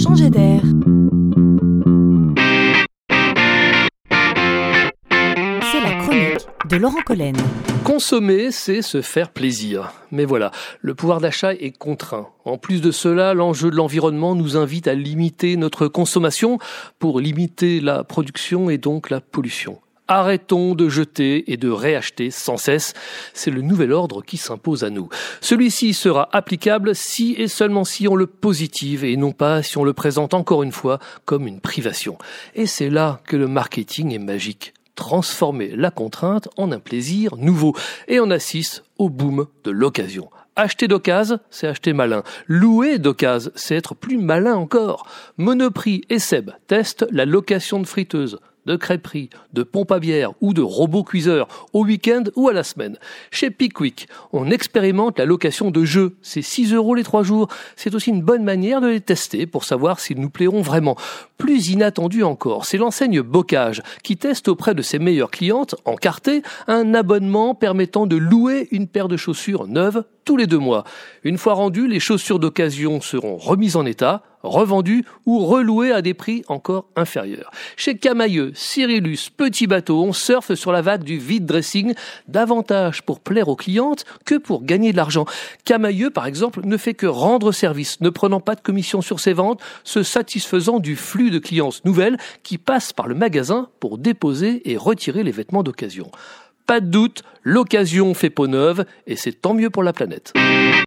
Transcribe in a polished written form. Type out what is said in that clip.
changer d'air. C'est la chronique de Laurent Collen. Consommer, c'est se faire plaisir. Mais voilà, le pouvoir d'achat est contraint. En plus de cela, l'enjeu de l'environnement nous invite à limiter notre consommation pour limiter la production et donc la pollution. Arrêtons de jeter et de réacheter sans cesse. C'est le nouvel ordre qui s'impose à nous. Celui-ci sera applicable si et seulement si on le positive et non pas si on le présente encore une fois comme une privation. Et c'est là que le marketing est magique. Transformer la contrainte en un plaisir nouveau. Et on assiste au boom de l'occasion. Acheter d'occasion, c'est acheter malin. Louer d'occasion, c'est être plus malin encore. Monoprix et Seb testent la location de friteuses, de crêperies, de pompes à bière ou de robots cuiseurs au week-end ou à la semaine. Chez Pickwick, on expérimente la location de jeux. C'est 6 € les 3 jours. C'est aussi une bonne manière de les tester pour savoir s'ils nous plairont vraiment. Plus inattendu encore, c'est l'enseigne Bocage qui teste auprès de ses meilleures clientes, encartées, un abonnement permettant de louer une paire de chaussures neuves tous les 2 mois. Une fois rendues, les chaussures d'occasion seront remises en état, revendues ou relouées à des prix encore inférieurs. Chez Camailleux, Cyrillus, Petit Bateau, on surfe sur la vague du vide dressing, davantage pour plaire aux clientes que pour gagner de l'argent. Camailleux, par exemple, ne fait que rendre service, ne prenant pas de commission sur ses ventes, se satisfaisant du flux de clientes nouvelles qui passent par le magasin pour déposer et retirer les vêtements d'occasion. Pas de doute, l'occasion fait peau neuve et c'est tant mieux pour la planète.